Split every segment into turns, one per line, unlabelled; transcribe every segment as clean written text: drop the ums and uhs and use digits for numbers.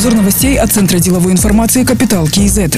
Обзор новостей от Центра деловой информации «Капитал КИЗ».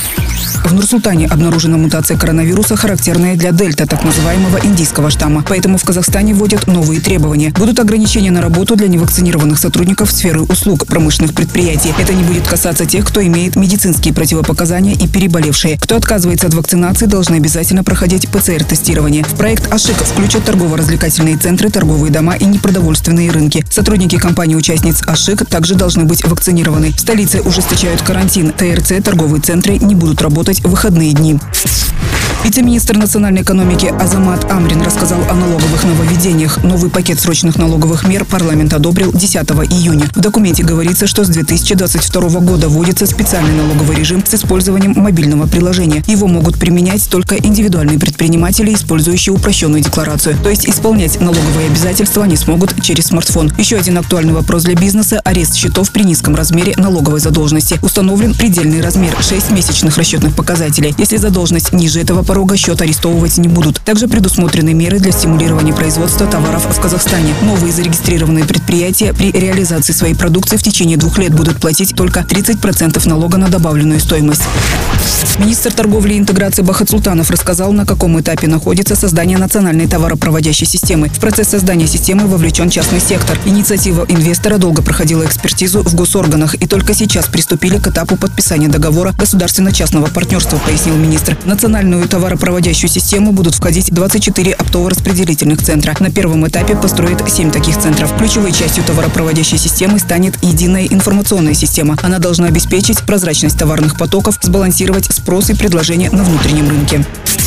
В Нур-Султане обнаружена мутация коронавируса, характерная для дельта, так называемого индийского штамма. Поэтому в Казахстане вводят новые требования. Будут ограничения на работу для невакцинированных сотрудников сферы услуг промышленных предприятий. Это не будет касаться тех, кто имеет медицинские противопоказания и переболевшие. Кто отказывается от вакцинации, должны обязательно проходить ПЦР-тестирование. В проект АШИК включат торгово-развлекательные центры, торговые дома и непродовольственные рынки. Сотрудники компаний-участниц АШИК также должны быть вакцинированы. В столице ужесточают карантин. ТРЦ, торговые центры не будут работать в выходные дни. Вице-министр национальной экономики Азамат Амрин рассказал о налоговых нововведениях. Новый пакет срочных налоговых мер парламент одобрил 10 июня. В документе говорится, что с 2022 года вводится специальный налоговый режим с использованием мобильного приложения. Его могут применять только индивидуальные предприниматели, использующие упрощенную декларацию. То есть исполнять налоговые обязательства они смогут через смартфон. Еще один актуальный вопрос для бизнеса – арест счетов при низком размере налоговой задолженности. Установлен предельный размер – 6 месячных расчетных показателей. Если задолженность ниже этого порога, счет арестовывать не будут. Также предусмотрены меры для стимулирования производства товаров в Казахстане. Новые зарегистрированные предприятия при реализации своей продукции в течение 2 лет будут платить только 30% налога на добавленную стоимость. Министр торговли и интеграции Бахыт Султанов рассказал, на каком этапе находится создание национальной товаропроводящей системы. В процесс создания системы вовлечен частный сектор. Инициатива инвестора долго проходила экспертизу в госорганах и только сейчас приступили к этапу подписания договора государственно-частного партнерства, пояснил министр. В национальную товаропроводящую систему будут входить 24 оптово-распределительных центра. На первом этапе построят 7 таких центров. Ключевой частью товаропроводящей системы станет единая информационная система. Она должна обеспечить прозрачность товарных потоков, сбалансировать спрос и предложение на внутреннем рынке.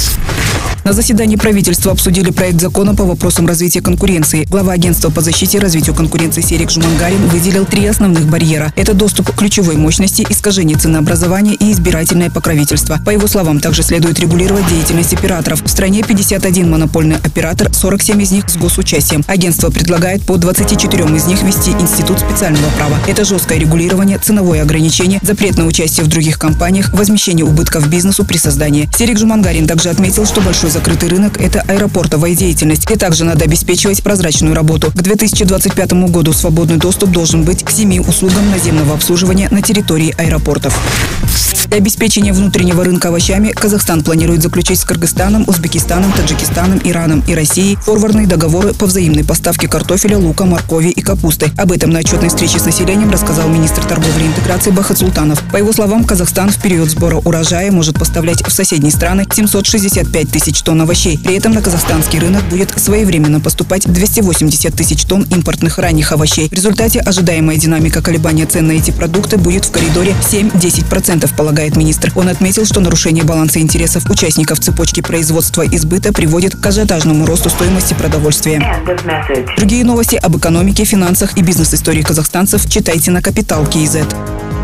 На заседании правительства обсудили проект закона по вопросам развития конкуренции. Глава агентства по защите и развитию конкуренции Серик Жумангарин выделил 3 основных барьера. Это доступ к ключевой мощности, искажение ценообразования и избирательное покровительство. По его словам, также следует регулировать деятельность операторов. В стране 51 монопольный оператор, 47 из них с госучастием. Агентство предлагает по 24 из них ввести институт специального права. Это жесткое регулирование, ценовое ограничение, запрет на участие в других компаниях, возмещение убытков бизнесу при создании. Серик Жумангарин также отметил, что большой закрытый рынок – это аэропортовая деятельность, где также надо обеспечивать прозрачную работу. К 2025 году свободный доступ должен быть к 7 услугам наземного обслуживания на территории аэропортов. Для обеспечения внутреннего рынка овощами Казахстан планирует заключить с Кыргызстаном, Узбекистаном, Таджикистаном, Ираном и Россией форвардные договоры по взаимной поставке картофеля, лука, моркови и капусты. Об этом на отчетной встрече с населением рассказал министр торговли и интеграции Бахыт Султанов. По его словам, Казахстан в период сбора урожая может поставлять в соседние страны 765 тысяч тонн овощей. При этом на казахстанский рынок будет своевременно поступать 280 тысяч тонн импортных ранних овощей. В результате ожидаемая динамика колебания цен на эти продукты будет в коридоре 7-10%, полагает министр. Он отметил, что нарушение баланса интересов участников цепочки производства и сбыта приводит к ажиотажному росту стоимости продовольствия. Другие новости об экономике, финансах и бизнес-истории казахстанцев читайте на Капитал КИЗ.